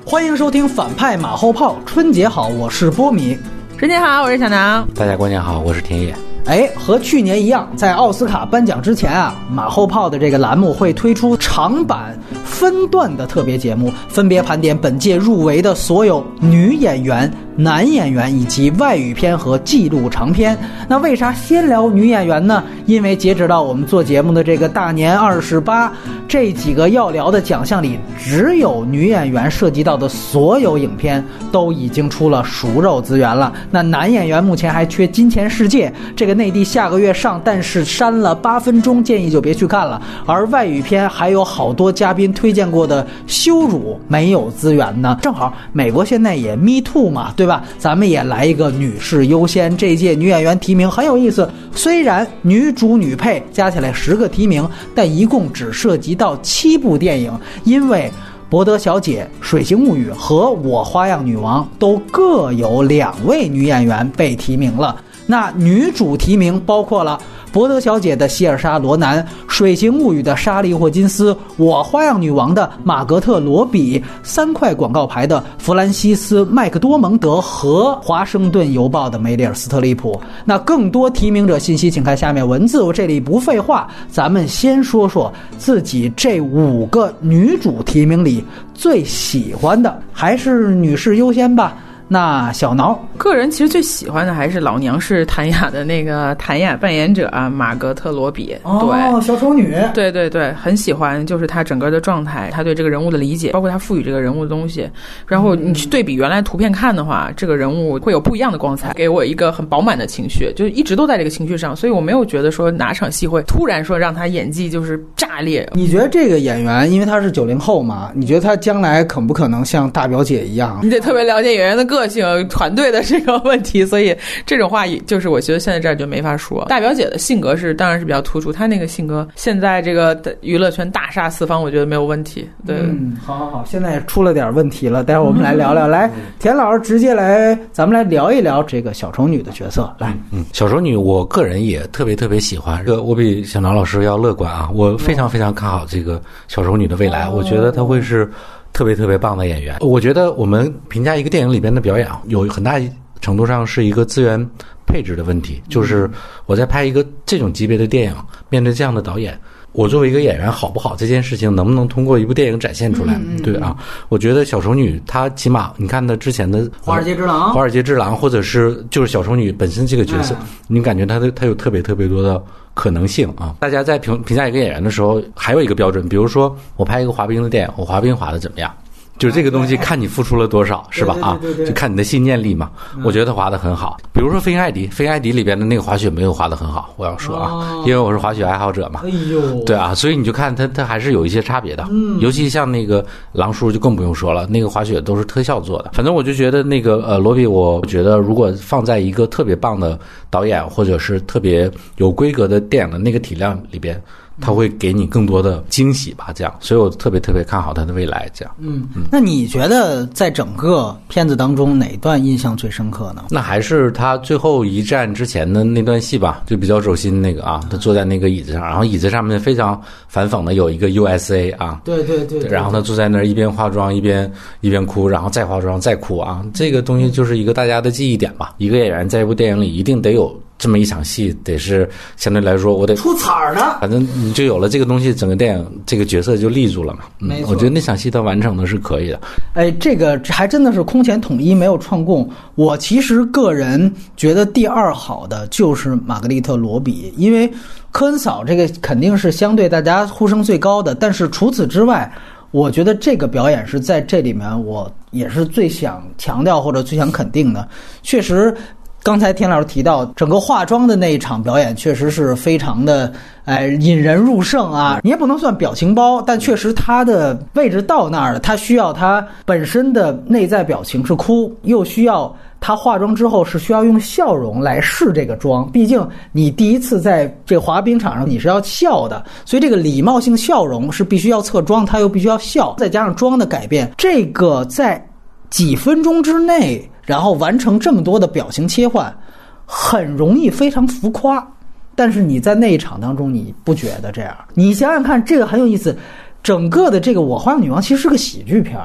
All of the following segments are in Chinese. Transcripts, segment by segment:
欢迎收听反派马后炮，春节好，我是波米。 春节好，我是小南。 大家过年好，我是田野。 和去年一样，在奥斯卡颁奖之前啊，马后炮的这个栏目会推出长版分段的特别节目，分别盘点本届入围的所有女演员、男演员以及外语片和纪录长片。那为啥先聊女演员呢？因为截止到我们做节目的这个大年28，这几个要聊的奖项里，只有女演员涉及到的所有影片都已经出了熟肉资源了。那男演员目前还缺《金钱世界》，这个内地下个月上，但是删了8分钟，建议就别去看了。而外语片还有好多嘉宾推荐过的《羞辱》没有资源呢。正好美国现在也 Me Too 嘛，对吧？咱们也来一个女士优先。这一届女演员提名很有意思，虽然女主女配加起来10个提名，但一共只涉及到7部电影，因为博德小姐、水形物语和我花样女王都各有2位女演员被提名了。那女主提名包括了博德小姐的希尔莎·罗南、水形物语的莎莉·霍金斯、我花样女王的玛格特·罗比、3块广告牌的弗兰西斯·麦克多蒙德和华盛顿邮报的梅丽尔·斯特利普。那更多提名者信息请看下面文字，我这里不废话，咱们先说说自己这5个女主提名里最喜欢的，还是女士优先吧。那小挠个人其实最喜欢的还是老娘是谭雅的那个谭雅扮演者啊，玛格特罗比。 对，小丑女。 对对对，很喜欢，就是她整个的状态，她对这个人物的理解，包括她赋予这个人物的东西。然后你去对比原来图片看的话，这个人物会有不一样的光彩，给我一个很饱满的情绪，就一直都在这个情绪上，所以我没有觉得说哪场戏会突然说让她演技就是炸裂。 你觉得这个演员，因为她是90后嘛，你觉得她将来可不可能像大表姐一样？ 你得特别了解演员的个性、团队的这个问题，所以这种话就是我觉得现在这儿就没法说。大表姐的性格是当然是比较突出，她那个性格现在这个娱乐圈大杀四方，我觉得没有问题。对， 好，现在出了点问题了，待会儿我们来聊聊。来，田老师直接来，咱们来聊一聊这个小丑女的角色。来， 小丑女我个人也特别喜欢，我比小南老师要乐观啊，我非常看好这个小丑女的未来，我觉得她会是特别棒的演员。我觉得我们评价一个电影里边的表演，有很大程度上是一个资源配置的问题，就是我在拍一个这种级别的电影，面对这样的导演，我作为一个演员好不好这件事情能不能通过一部电影展现出来？对啊，我觉得小丑女她起码你看她之前的华尔街之狼， 或者是就是小丑女本身这个角色，你感觉她有特别多的可能性啊。大家在评价一个演员的时候还有一个标准，比如说我拍一个滑冰的电影，我滑冰滑的怎么样，就这个东西看你付出了多少，是吧？对，就看你的信念力嘛。我觉得滑得很好。比如说飞行艾迪里边的那个滑雪没有滑得很好，我要说啊，因为我是滑雪爱好者嘛。对啊，所以你就看他还是有一些差别的。尤其像那个狼叔就更不用说了，那个滑雪都是特效做的。反正我就觉得那个罗比，我觉得如果放在一个特别棒的导演或者是特别有规格的电影的那个体量里边，他会给你更多的惊喜吧，这样，所以我特别看好他的未来，这样。 那你觉得在整个片子当中哪段印象最深刻呢？ 那还是他最后一战之前的那段戏吧，就比较走心那个啊，他坐在那个椅子上，然后椅子上面非常反讽的有一个 USA 啊， 对， 然后他坐在那儿一边化妆一边哭，然后再化妆再哭啊，这个东西就是一个大家的记忆点吧。一个演员在一部电影里一定得有这么一场戏，得是相对来说我得出彩儿的， 反正你就有了这个东西，整个电影这个角色就立住了嘛。 没错， 我觉得那场戏他完成的是可以的。 这个还真的是空前统一，没有创供。我其实个人觉得第2好的就是玛格丽特·罗比，因为科恩嫂这个肯定是相对大家呼声最高的，但是除此之外，我觉得这个表演是在这里面我也是最想强调或者最想肯定的。确实刚才田老师提到整个化妆的那一场表演确实是非常的引人入胜啊，你也不能算表情包，但确实他的位置到那儿了，他需要他本身的内在表情是哭，又需要他化妆之后是需要用笑容来试这个妆，毕竟你第一次在这个滑冰场上你是要笑的，所以这个礼貌性笑容是必须要侧妆，他又必须要笑，再加上妆的改变，这个在几分钟之内然后完成这么多的表情切换，很容易非常浮夸，但是你在那一场当中你不觉得这样。你想想看，这个很有意思，整个的这个我花样女王其实是个喜剧片，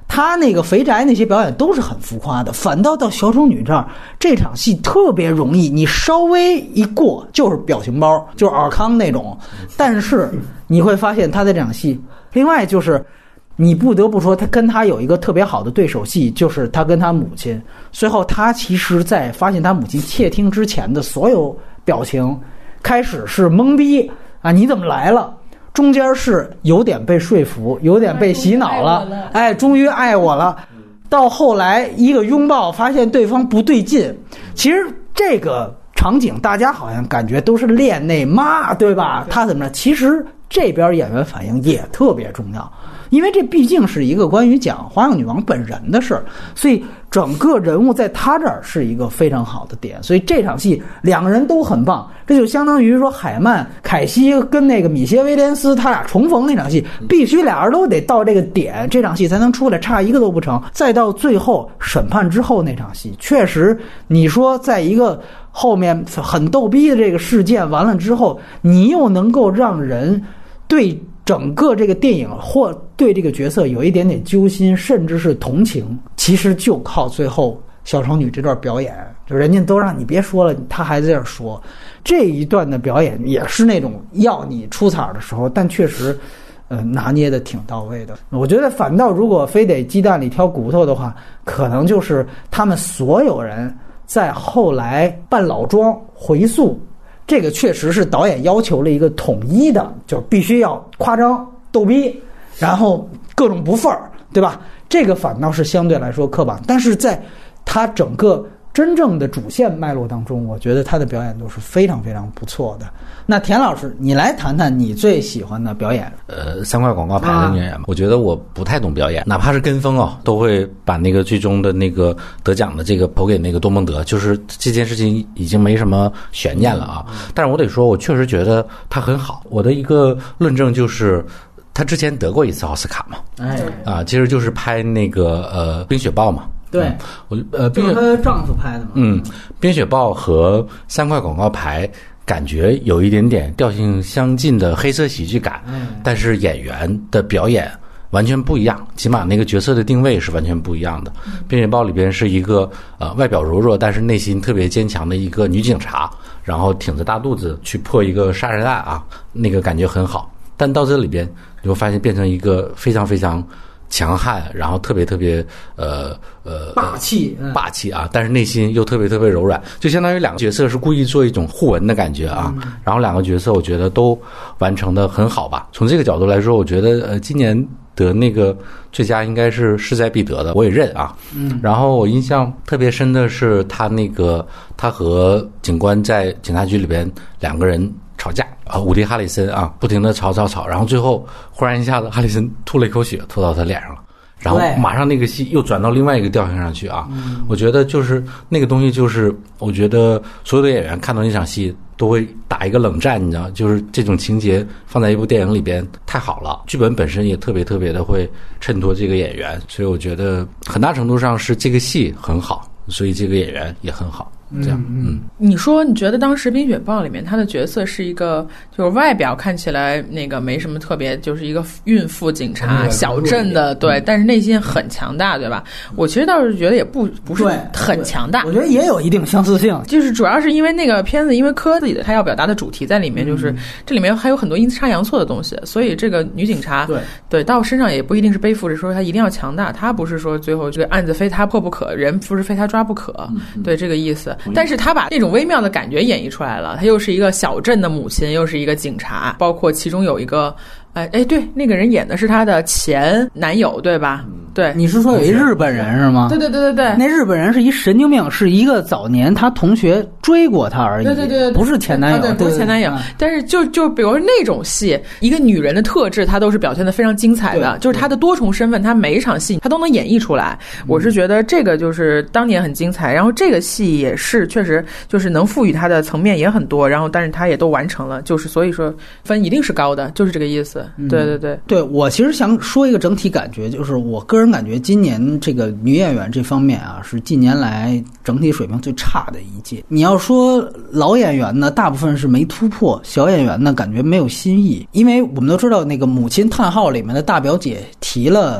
他那个肥宅那些表演都是很浮夸的，反倒到小丑女这儿，这场戏特别容易，你稍微一过就是表情包，就是尔康那种。但是你会发现他的这场戏，另外就是你不得不说，他跟他有一个特别好的对手戏，就是他跟他母亲。随后他其实在发现他母亲窃听之前的所有表情，开始是懵逼啊，你怎么来了？中间是有点被说服，有点被洗脑了，哎，终于爱我了。到后来一个拥抱，发现对方不对劲。其实这个场景大家好像感觉都是恋内骂，对吧？他怎么着？其实这边演员反应也特别重要，因为这毕竟是一个关于讲花样女王本人的事儿，所以整个人物在他这儿是一个非常好的点。所以这场戏两个人都很棒，这就相当于说海曼凯西跟那个米歇威廉斯他俩重逢那场戏，必须俩人都得到这个点，这场戏才能出来，差一个都不成。再到最后审判之后那场戏，确实你说在一个后面很逗逼的这个事件完了之后，你又能够让人对整个这个电影或对这个角色有一点点揪心，甚至是同情，其实就靠最后小丑女这段表演，就人家都让你别说了，他还在这儿说这一段的表演，也是那种要你出彩的时候，但确实拿捏的挺到位的。我觉得反倒如果非得鸡蛋里挑骨头的话，可能就是他们所有人在后来扮老庄回溯，这个确实是导演要求了一个统一的，就是必须要夸张逗逼，然后各种不忿儿，对吧？这个反倒是相对来说刻板，但是在他整个真正的主线脉络当中，我觉得他的表演都是非常非常不错的。那田老师，你来谈谈你最喜欢的表演。 3块广告牌的女演员，我觉得我不太懂表演，哪怕是跟风都会把那个最终的那个得奖的这个投给那个多蒙德，就是这件事情已经没什么悬念了啊。但是我得说，我确实觉得他很好。我的一个论证就是，他之前得过一次奥斯卡嘛，其实就是拍那个冰雪暴嘛。 对，就是她丈夫拍的嘛。 冰雪暴和3块广告牌感觉有一点点调性相近的黑色喜剧感，但是演员的表演完全不一样，起码那个角色的定位是完全不一样的。冰雪暴里边是一个外表柔弱但是内心特别坚强的一个女警察，然后挺着大肚子去破一个杀人案啊，那个感觉很好。但到这里边你会发现变成一个非常非常强悍，然后特别特别霸气啊，但是内心又特别特别柔软，就相当于两个角色是故意做一种互文的感觉啊。然后两个角色我觉得都完成的很好吧。从这个角度来说，我觉得今年得那个最佳应该是势在必得的，我也认啊。然后我印象特别深的是他和警官在警察局里边两个人吵架啊，伍迪·哈里森啊，不停的吵，然后最后忽然一下子哈里森吐了一口血，吐到他脸上了，然后马上那个戏又转到另外一个调性上去啊。我觉得就是那个东西，就是我觉得所有的演员看到那场戏都会打一个冷战，你知道，就是这种情节放在一部电影里边太好了，剧本本身也特别特别的会衬托这个演员，所以我觉得很大程度上是这个戏很好，所以这个演员也很好。这样， 你说你觉得当时《冰雪暴》里面他的角色是一个，就是外表看起来那个没什么特别，就是一个孕妇警察，小镇的，对，但是内心很强大，对吧？我其实倒是觉得也不是很强大， 我觉得也有一定相似性， 就是主要是因为那个片子，因为柯自己的他要表达的主题在里面，就是这里面还有很多阴差阳错的东西，所以这个女警察对到身上也不一定是背负着说她一定要强大，她不是说最后这个案子非她破不可，人不是非她抓不可，对这个意思。但是他把那种微妙的感觉演绎出来了，他又是一个小镇的母亲，又是一个警察，包括其中有一个对，那个人演的是他的前男友，对吧？对， 你是说有一日本人是吗？ 对， 那日本人是一神经病，是一个早年他同学追过他而已， 对， 不是前男友， 对，不是前男友。但是就比如说那种戏，一个女人的特质，她都是表现得非常精彩的，就是她的多重身份，她每一场戏她都能演绎出来。我是觉得这个就是当年很精彩，然后这个戏也是确实就是能赋予她的层面也很多，然后但是她也都完成了，就是所以说分一定是高的，就是这个意思。对， 我其实想说一个整体感觉，就是我个人感觉今年这个女演员这方面啊，是近年来整体水平最差的一届。你要说老演员呢，大部分是没突破，小演员呢感觉没有新意。因为我们都知道那个《母亲叹号》里面的大表姐提了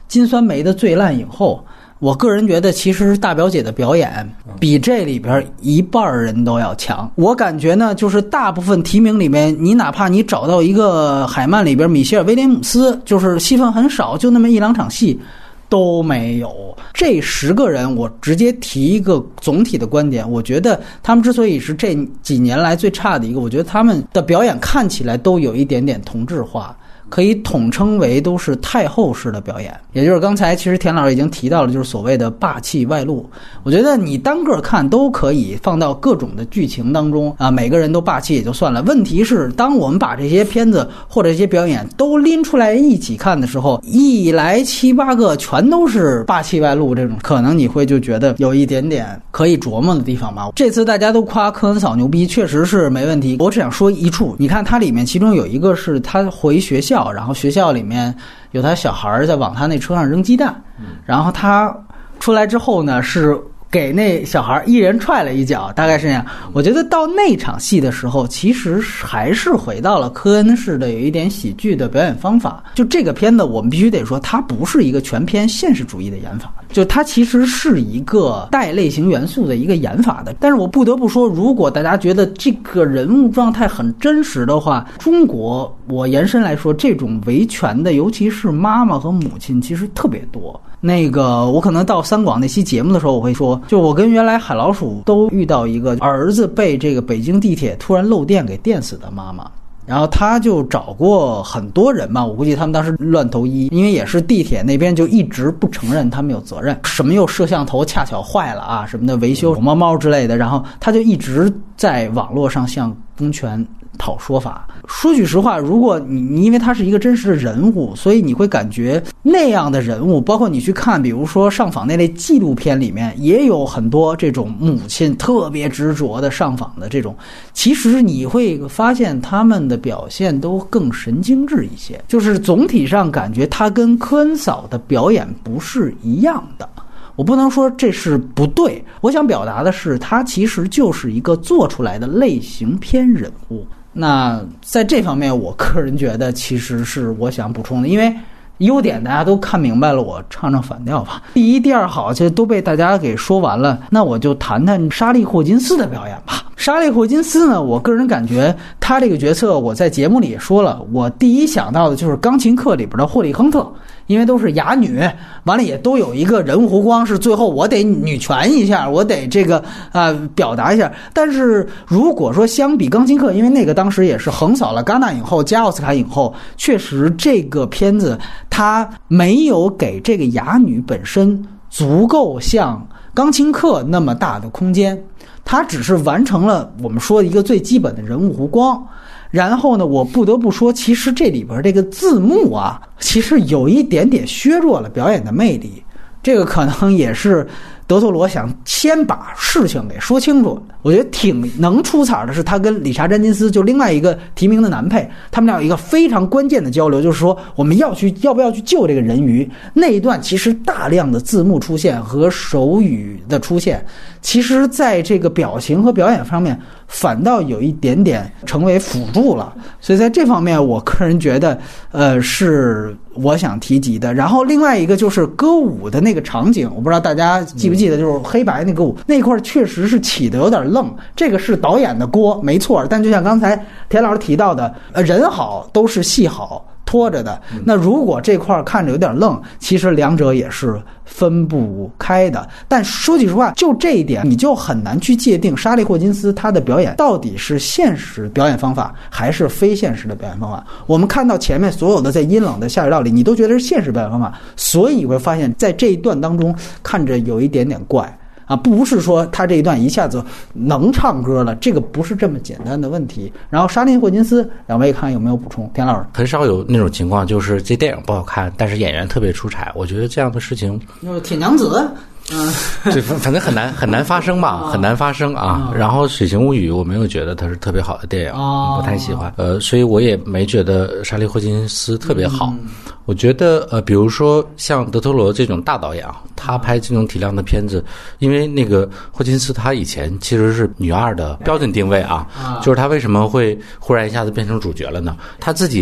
金酸梅的最烂影后。我个人觉得，其实大表姐的表演比这里边一半人都要强。我感觉呢，就是大部分提名里面，你哪怕你找到一个海曼里边米歇尔·威廉姆斯，就是戏份很少，就那么1-2场戏都没有。这10个人，我直接提一个总体的观点，我觉得他们之所以是这几年来最差的一个，我觉得他们的表演看起来都有一点点同质化。可以统称为都是太后式的表演，也就是刚才其实田老师已经提到了，就是所谓的霸气外露。我觉得你单个看都可以放到各种的剧情当中啊，每个人都霸气也就算了。问题是，当我们把这些片子或者这些表演都拎出来一起看的时候，一来7-8个全都是霸气外露，这种可能你会就觉得有一点点可以琢磨的地方吧。这次大家都夸科恩嫂牛逼，确实是没问题。我只想说一处，你看它里面其中有一个是他回学校。然后学校里面有他小孩在往他那车上扔鸡蛋，然后他出来之后呢，是给那小孩一人踹了一脚，大概是那样。我觉得到那场戏的时候，其实还是回到了科恩式的有一点喜剧的表演方法。就这个片子，我们必须得说，它不是一个全篇现实主义的演法，就它其实是一个带类型元素的一个演法的。但是我不得不说，如果大家觉得这个人物状态很真实的话，中国我延伸来说，这种维权的，尤其是妈妈和母亲，其实特别多。那个我可能到三广那期节目的时候，我会说，就我跟原来海老鼠都遇到一个儿子被这个北京地铁突然漏电给电死的妈妈。然后他就找过很多人嘛，我估计他们当时乱投医，因为也是地铁那边就一直不承认他们有责任，什么又摄像头恰巧坏了啊，什么的维修狗猫之类的，然后他就一直在网络上向公权讨说法。说句实话，如果你因为他是一个真实的人物，所以你会感觉那样的人物，包括你去看比如说上访那类纪录片里面也有很多这种母亲特别执着的上访的这种，其实你会发现他们的表现都更神经质一些，就是总体上感觉他跟科恩嫂的表演不是一样的。我不能说这是不对，我想表达的是他其实就是一个做出来的类型片人物。那在这方面我个人觉得其实是我想补充的，因为优点大家都看明白了，我唱唱反调吧。第一第二好这都被大家给说完了，那我就谈谈莎莉霍金斯的表演吧。莎莉霍金斯呢，我个人感觉她这个角色，我在节目里也说了，我第一想到的就是钢琴课里边的霍利亨特，因为都是哑女，完了也都有一个人物弧光，是最后我得女权一下，我得这个表达一下。但是如果说相比钢琴课，因为那个当时也是横扫了戛纳影后加奥斯卡影后，确实这个片子它没有给这个哑女本身足够像钢琴课那么大的空间，它只是完成了我们说一个最基本的人物弧光。然后呢，我不得不说，其实这里边这个字幕啊，其实有一点点削弱了表演的魅力。这个可能也是德托罗想先把事情给说清楚。我觉得挺能出彩的是他跟理查·詹金斯，就另外一个提名的男配，他们俩有一个非常关键的交流，就是说我们要不要去救这个人鱼。那一段其实大量的字幕出现和手语的出现，其实在这个表情和表演方面反倒有一点点成为辅助了，所以在这方面我个人觉得是我想提及的。然后另外一个就是歌舞的那个场景，我不知道大家记不记得，就是黑白那歌舞那块确实是起得有点愣，这个是导演的锅没错，但就像刚才田老师提到的，人好都是戏好拖着的，那如果这块看着有点愣，其实两者也是分不开的。但说句实话，就这一点你就很难去界定莎莉霍金斯她的表演到底是现实表演方法还是非现实的表演方法。我们看到前面所有的在阴冷的下水道里，你都觉得是现实表演方法，所以你会发现在这一段当中看着有一点点怪啊，不是说他这一段一下子能唱歌了，这个不是这么简单的问题。然后莎莉霍金斯，两位看有没有补充？田老师， 很少有那种情况，就是这电影不好看，但是演员特别出彩。我觉得这样的事情， 就是铁娘子， 这反正很难发生吧，很难发生啊。然后《水形物语》我没有觉得它是特别好的电影，不太喜欢。所以我也没觉得莎莉霍金斯特别好。我觉得比如说像德托罗这种大导演啊，他拍这种体量的片子，因为那个霍金斯他以前其实是女二的标准定位啊，就是他为什么会忽然一下子变成主角了呢？他自己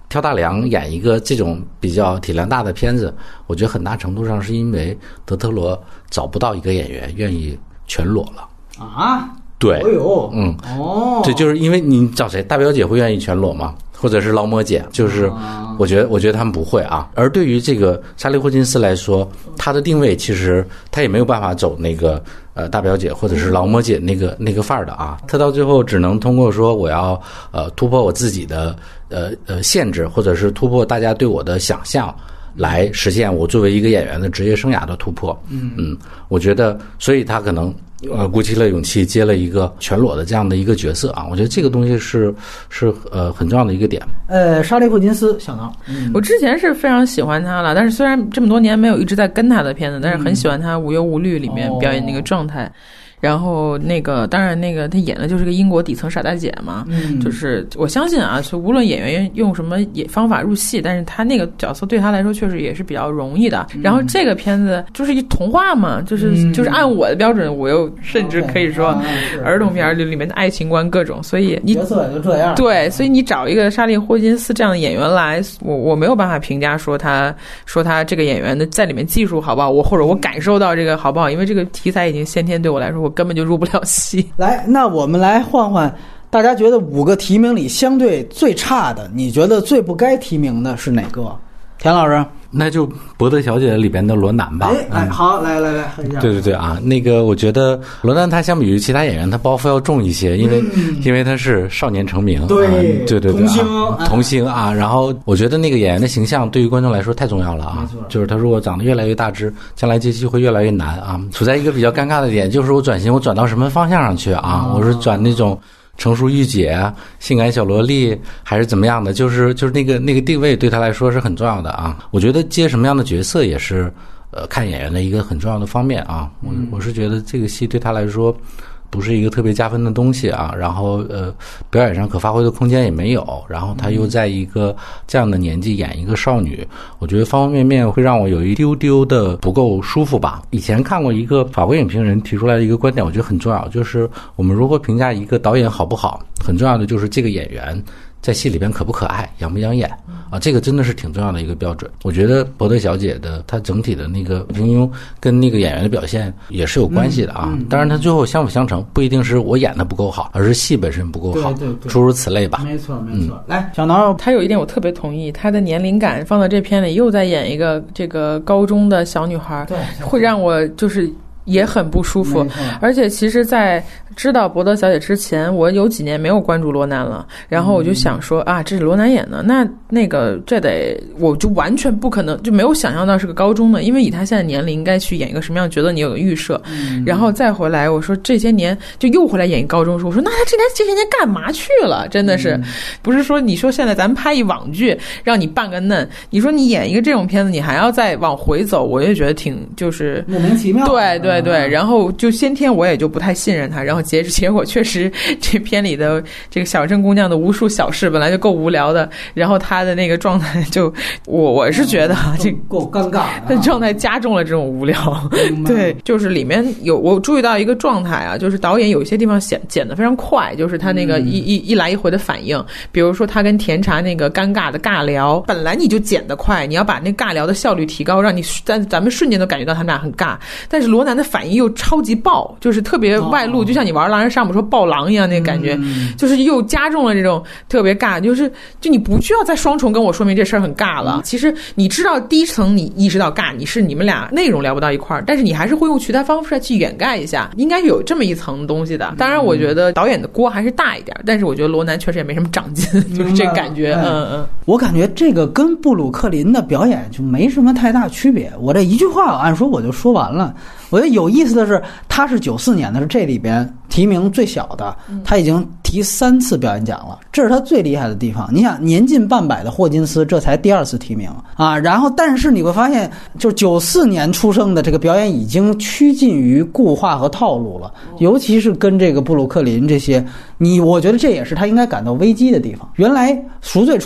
挑大梁演一个这种比较体量大的片子，我觉得很大程度上是因为德特罗找不到一个演员愿意全裸了啊。 对， 哦呦， 对，就是因为你找谁，大表姐会愿意全裸吗？或者是劳模姐？就是我觉得他们不会啊。而对于这个莎莉·霍金斯来说，她的定位其实她也没有办法走那个大表姐或者是劳模姐那个范儿的啊。她到最后只能通过说我要突破我自己的限制，或者是突破大家对我的想象，来实现我作为一个演员的职业生涯的突破。我觉得，所以她可能鼓起了勇气接了一个全裸的这样的一个角色啊。我觉得这个东西是很重要的一个点。 莎莉·霍金斯，小挠， 我之前是非常喜欢她了，但是虽然这么多年没有一直在跟她的片子，但是很喜欢她无忧无虑里面表演那个状态。然后当然他演的就是个英国底层傻大姐嘛，就是我相信啊，就无论演员用什么方法入戏，但是他那个角色对他来说确实也是比较容易的。然后这个片子就是一童话嘛，就是按我的标准，我又甚至可以说儿童片里面的爱情观各种，所以你角色也就这样。 对，所以你找一个莎莉·霍金斯这样的演员来，我没有办法评价说他这个演员的在里面技术好不好，或者我感受到这个好不好，因为这个题材已经先天对我来说我根本就入不了戏。 来，那我们来换换，大家觉得5个提名里相对最差的，你觉得最不该提名的是哪个？田老师， 那就伯德小姐里边的罗南吧。 好，来， 对啊，那个我觉得罗南她相比于其他演员，她包袱要重一些，因为她是少年成名，对，童星啊。然后我觉得那个演员的形象对于观众来说太重要了啊，就是她如果长得越来越大只，将来接戏会越来越难啊。处在一个比较尴尬的点，就是我转型，我转到什么方向上去啊？我是转那种成熟御姐、性感小萝莉，还是怎么样的？就是那个定位对她来说是很重要的啊。我觉得接什么样的角色也是看演员的一个很重要的方面啊。我是觉得这个戏对她来说不是一个特别加分的东西啊，然后表演上可发挥的空间也没有，然后她又在一个这样的年纪演一个少女，我觉得方方面面会让我有一丢丢的不够舒服吧。以前看过一个法国影评人提出来的一个观点，我觉得很重要，就是我们如何评价一个导演好不好，很重要的就是这个演员在戏里边可不可爱，养不养眼啊，这个真的是挺重要的一个标准。我觉得伯德小姐的她整体的那个平庸跟那个演员的表现也是有关系的啊。当然她最后相辅相成，不一定是我演的不够好，而是戏本身不够好， 对， 诸如此类吧。 没错。来，小挠， 她有一点我特别同意，她的年龄感放到这片里，又在演一个这个高中的小女孩，对，会让我就是也很不舒服。而且其实在知道伯德小姐之前，我有几年没有关注罗南了，然后我就想说啊，这是罗南演的，那个这得我就完全不可能，就没有想象到是个高中的，因为以他现在年龄应该去演一个什么样角色，你有个预设。然后再回来我说这些年就又回来演一个高中生，我说那他这些年干嘛去了？真的是不是说你说现在咱们拍一网剧让你扮个嫩，你说你演一个这种片子你还要再往回走，我也觉得挺就是莫名其妙。 对，然后就先天我也就不太信任他，然后结果确实这片里的这个小镇姑娘的无数小事本来就够无聊的，然后他的那个状态就我是觉得这够尴尬的， 他状态加重了这种无聊。对，就是里面我注意到一个状态啊，就是导演有一些地方剪得非常快，就是他那个一来一回的反应，比如说他跟甜茶那个尴尬的尬聊，本来你就剪得快，你要把那尬聊的效率提高，让你咱们瞬间都感觉到他们俩很尬，但是罗南的反应又超级爆，就是特别外露，就像你玩狼人杀我们说爆狼一样，那个感觉就是又加重了这种特别尬，就你不需要再双重跟我说明这事儿很尬了。其实你知道第一层你意识到尬，你们俩内容聊不到一块儿，但是你还是会用其他方式去掩盖一下，应该有这么一层东西的。当然我觉得导演的锅还是大一点，但是我觉得罗南确实也没什么长进，就是这个感觉。 我感觉这个跟布鲁克林的表演就没什么太大区别。我这一句话按说我就说完了。我觉得有意思的是，他是94年的，是这里边提名最小的，他已经提3次表演奖了，这是他最厉害的地方。你想，年近半百的霍金斯，这才第2次提名啊。然后，但是你会发现，就是94年出生的这个表演已经趋近于固化和套路了，尤其是跟这个布鲁克林这些，我觉得这也是他应该感到危机的地方。原来赎罪出来的时候，你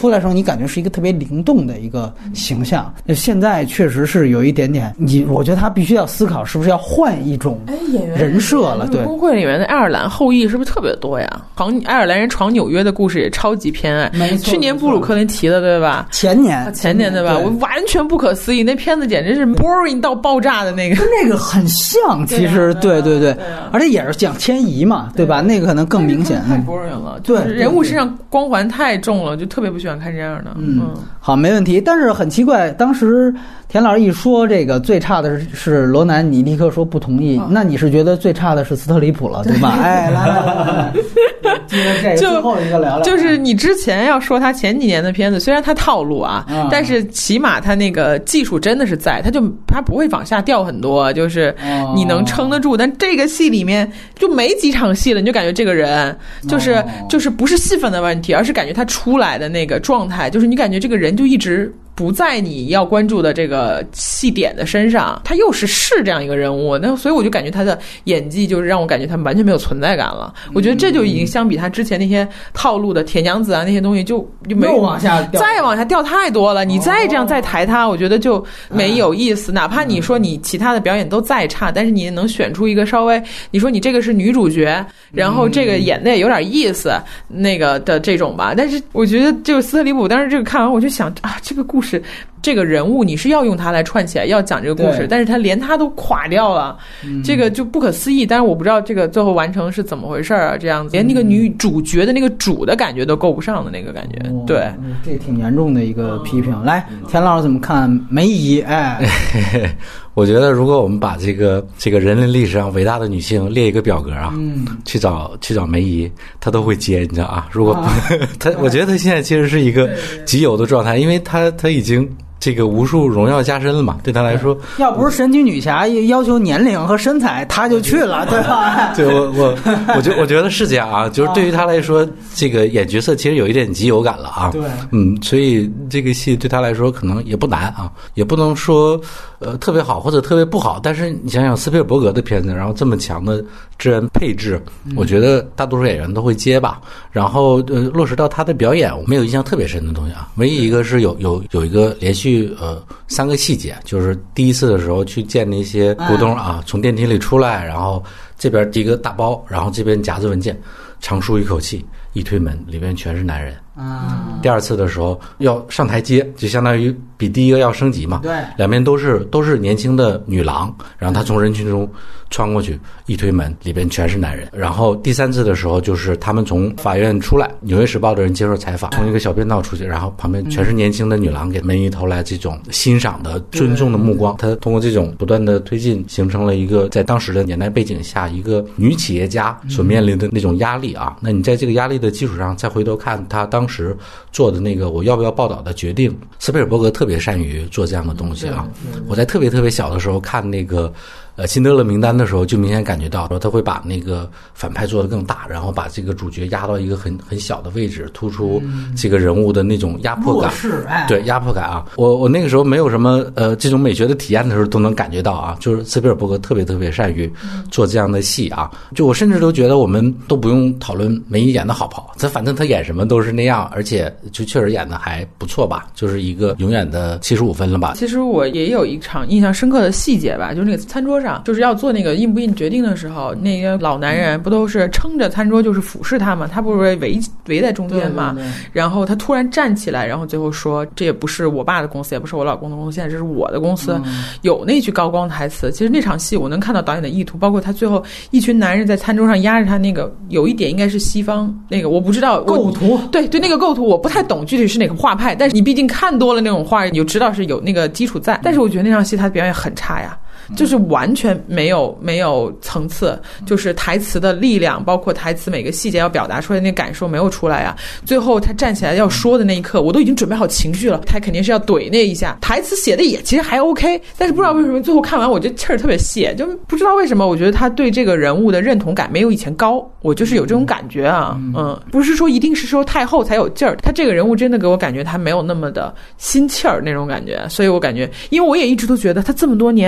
感觉是一个特别灵动的一个形象。现在确实是有一点点，我觉得他必须要思考是不是要换一种人设了。对， 工会里面的爱尔兰后裔是不是特别多呀？爱尔兰人闯纽约的故事也超级偏爱。 没错， 去年布鲁克林提的对吧？ 前年对吧？我完全不可思议，那片子简直是 boring 到爆炸的那个， 跟那个很像。其实对，而且也是讲迁移嘛，对吧？那个可能更明显。 太 boring 了， 对， 人物身上光环太重了，就特别不喜欢看这样的。 好，没问题。但是很奇怪，当时田老师一说这个最差的是罗南，你立刻说不同意。那你是觉得最差的是斯特里普了，对吧？哎，来，这最后一个聊聊。 就是你之前要说他前几年的片子，虽然他套路啊，但是起码他那个技术真的是在，他不会往下掉很多，就是你能撑得住。但这个戏里面就没几场戏了，你就感觉这个人就是不是戏份的问题，而是感觉他出来的那个状态，就是你感觉这个人就一直不在你要关注的这个戏点的身上，他又是这样一个人物，那所以我就感觉他的演技就是让我感觉他完全没有存在感了。我觉得这就已经相比他之前那些套路的铁娘子啊那些东西就没有往下掉， 再往下掉太多了。你再这样再抬他，我觉得就没有意思。哪怕你说你其他的表演都再差，但是你能选出一个稍微，你说你这个是女主角，然后这个演的也有点意思，那个的这种吧。但是我觉得这个斯特里普当时这个看完我就想啊，这个故事这个人物你是要用他来串起来，要讲这个故事，但是他连他都垮掉了，这个就不可思议。但是我不知道这个最后完成是怎么回事啊，这样子连那个女主角的那个主的感觉都够不上的那个感觉。对， 这挺严重的一个批评。来，田老师怎么看梅姨？哎， 我觉得如果我们把这个人类历史上伟大的女性列一个表格啊，去找梅姨，她都会接，你知道啊？如果她，我觉得她现在其实是一个极有的状态，因为她已经这个无数荣耀加身了嘛，对他来说， 要不是神奇女侠要求年龄和身材，他就去了，对吧？ 对，我觉得是这样啊，就是对于他来说，这个演角色其实有一点极有感了啊。 对， 所以这个戏对他来说可能也不难啊，也不能说特别好或者特别不好，但是你想想斯皮尔伯格的片子，然后这么强的资源配置，我觉得大多数演员都会接吧。然后落实到他的表演，我没有印象特别深的东西啊，唯一一个是有一个连续3个细节，就是第一次的时候去见那些股东啊，从电梯里出来，然后这边提个大包，然后这边夹着文件，长舒一口气，一推门里面全是男人。第二次的时候要上台阶，就相当于比第一个要升级嘛。 对， 两边都是年轻的女郎，然后他从人群中穿过去，一推门里边全是男人。然后第3次的时候，就是他们从法院出来，纽约时报的人接受采访，从一个小便道出去，然后旁边全是年轻的女郎给梅姨投来这种欣赏的尊重的目光。他通过这种不断的推进，形成了一个在当时的年代背景下一个女企业家所面临的那种压力啊。那你在这个压力的基础上再回头看他当时做的那个我要不要报道的决定，斯皮尔伯格特别善于做这样的东西啊。我在特别特别小的时候看那个辛德勒名单的时候，就明显感觉到说他会把那个反派做得更大，然后把这个主角压到一个很小的位置，突出这个人物的那种压迫感。对，压迫感啊。我那个时候没有什么这种美学的体验的时候都能感觉到啊，就是斯皮尔伯格特别特别善于做这样的戏啊。就我甚至都觉得我们都不用讨论梅姨演的好不好，反正他演什么都是那样，而且就确实演的还不错吧，就是一个永远的75分了吧。 其实我也有一场印象深刻的细节吧，就是那个餐桌上，就是要做那个印不印决定的时候，那些老男人不都是撑着餐桌就是俯视他嘛，他不是围在中间嘛，对，然后他突然站起来，然后最后说这也不是我爸的公司，也不是我老公的公司，现在这是我的公司，有那句高光台词。其实那场戏我能看到导演的意图，包括他最后一群男人在餐桌上压着他，那个有一点应该是西方那个，我不知道构图， 对那个构图我不太懂具体是哪个画派，但是你毕竟看多了那种画，你就知道是有那个基础在。但是我觉得那场戏他的表演很差呀，就是完全没有层次，就是台词的力量，包括台词每个细节要表达出来的那感受没有出来啊。最后他站起来要说的那一刻，我都已经准备好情绪了，他肯定是要怼那一下，台词写的也其实还 OK， 但是不知道为什么最后看完我这气儿特别泄，就不知道为什么，我觉得他对这个人物的认同感没有以前高，我就是有这种感觉啊。不是说一定是说太后才有劲儿，他这个人物真的给我感觉他没有那么的心气儿那种感觉，所以我感觉，因为我也一直都觉得他这么多年这么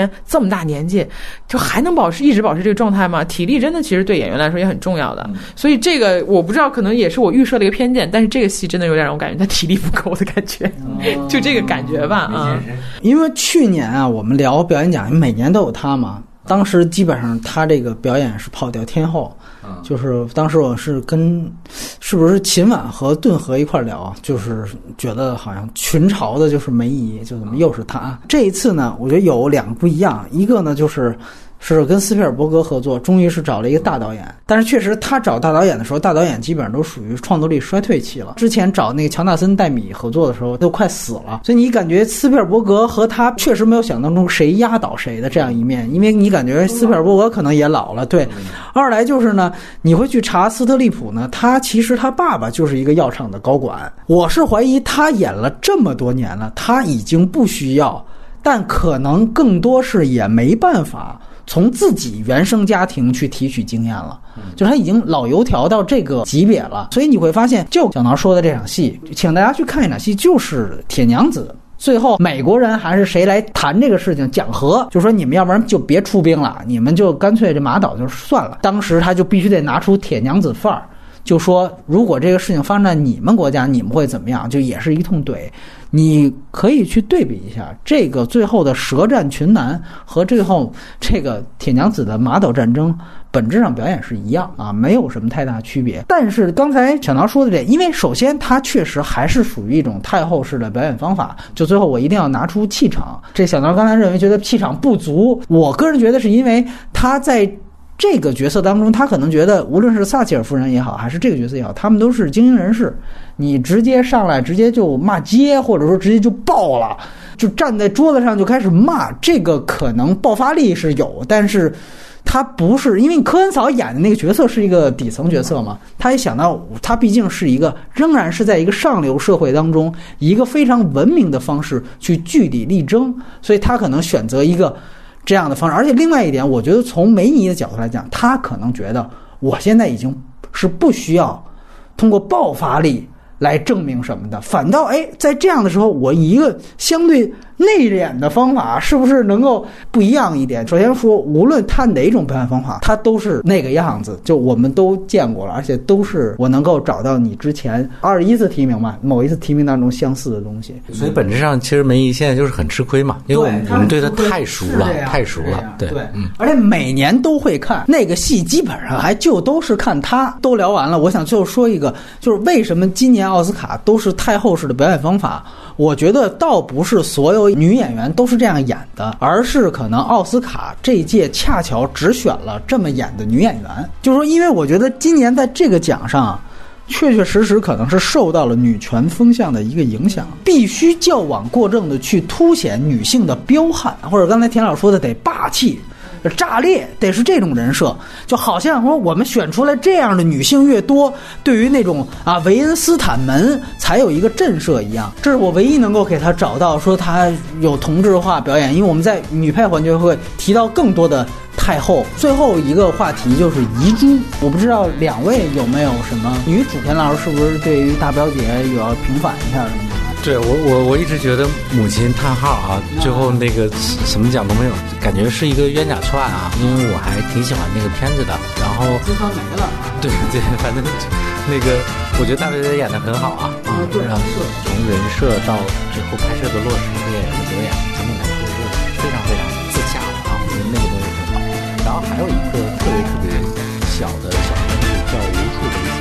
大年纪，就还能一直保持这个状态吗？体力真的其实对演员来说也很重要的。所以这个我不知道，可能也是我预设的一个偏见，但是这个戏真的有点让我感觉他体力不够的感觉，就这个感觉吧啊。 因为去年啊，我们聊表演奖，每年都有他嘛。当时基本上他这个表演是跑掉天后，就是当时我是是不是秦晚和顿河一块聊，就是觉得好像群嘲的就是梅姨，就怎么又是他。这一次呢，我觉得有两个不一样，一个呢是跟斯皮尔伯格合作，终于是找了一个大导演。但是确实他找大导演的时候，大导演基本上都属于创作力衰退期了。之前找那个乔纳森·戴米合作的时候都快死了，所以你感觉斯皮尔伯格和他确实没有想当中谁压倒谁的这样一面，因为你感觉斯皮尔伯格可能也老了。对，二来就是呢，你会去查斯特利普呢，他其实他爸爸就是一个药厂的高管。我是怀疑他演了这么多年了，他已经不需要，但可能更多是也没办法从自己原生家庭去提取经验了，就是他已经老油条到这个级别了。所以你会发现，就小挠说的这场戏，请大家去看一场戏，就是铁娘子。最后美国人还是谁来谈这个事情讲和，就说你们要不然就别出兵了，你们就干脆这马岛就算了。当时他就必须得拿出铁娘子范儿，就说如果这个事情发生在你们国家，你们会怎么样，就也是一通怼。你可以去对比一下这个最后的舌战群男和最后这个铁娘子的马岛战争，本质上表演是一样啊，没有什么太大区别。但是刚才小挠说的这，因为首先它确实还是属于一种太后式的表演方法，就最后我一定要拿出气场。这小挠刚才认为觉得气场不足，我个人觉得是因为他在这个角色当中，他可能觉得无论是撒切尔夫人也好，还是这个角色也好，他们都是精英人士，你直接上来直接就骂街，或者说直接就爆了，就站在桌子上就开始骂，这个可能爆发力是有，但是他不是，因为科恩嫂演的那个角色是一个底层角色嘛，他也想到他毕竟是一个仍然是在一个上流社会当中一个非常文明的方式去据理力争，所以他可能选择一个这样的方式。而且另外一点，我觉得从梅尼的角度来讲，他可能觉得我现在已经是不需要通过爆发力来证明什么的，反倒在这样的时候，我以一个相对内敛的方法是不是能够不一样一点。首先说，无论他哪种表演方法，他都是那个样子，就我们都见过了，而且都是我能够找到你之前21次提名吧，某一次提名当中相似的东西。 所以本质上其实梅姨现在就是很吃亏嘛，因为我们对他太熟了，太熟了。对， 而且每年都会看那个戏，基本上还就都是看他。都聊完了，我想最后说一个，就是为什么今年奥斯卡都是太后式的表演方法。我觉得倒不是所有女演员都是这样演的，而是可能奥斯卡这一届恰巧只选了这么演的女演员。就是说，因为我觉得今年在这个奖上确确实实可能是受到了女权风向的一个影响，必须矫枉过正的去凸显女性的彪悍，或者刚才田老说的得霸气炸裂，得是这种人设，就好像说我们选出来这样的女性越多，对于那种维恩斯坦门才有一个震慑一样。这是我唯一能够给他找到说他有同质化表演，因为我们在女配环节会提到更多的太后。最后一个话题就是遗珠，我不知道两位有没有什么女主田老师是不是对于大表姐有要平反一下的？ 对，我一直觉得母亲叹号啊，最后那个什么奖都没有，感觉是一个冤假错案啊，因为我还挺喜欢那个片子的。然后资方没了啊。 对，反正那个我觉得大表姐演得很好啊， 对， 然后从人设到最后拍摄的落实和演员的表演，整体来说是非常非常自洽的啊，我觉得那个东西很好。然后还有一个特别小的小片子叫《无处为家》。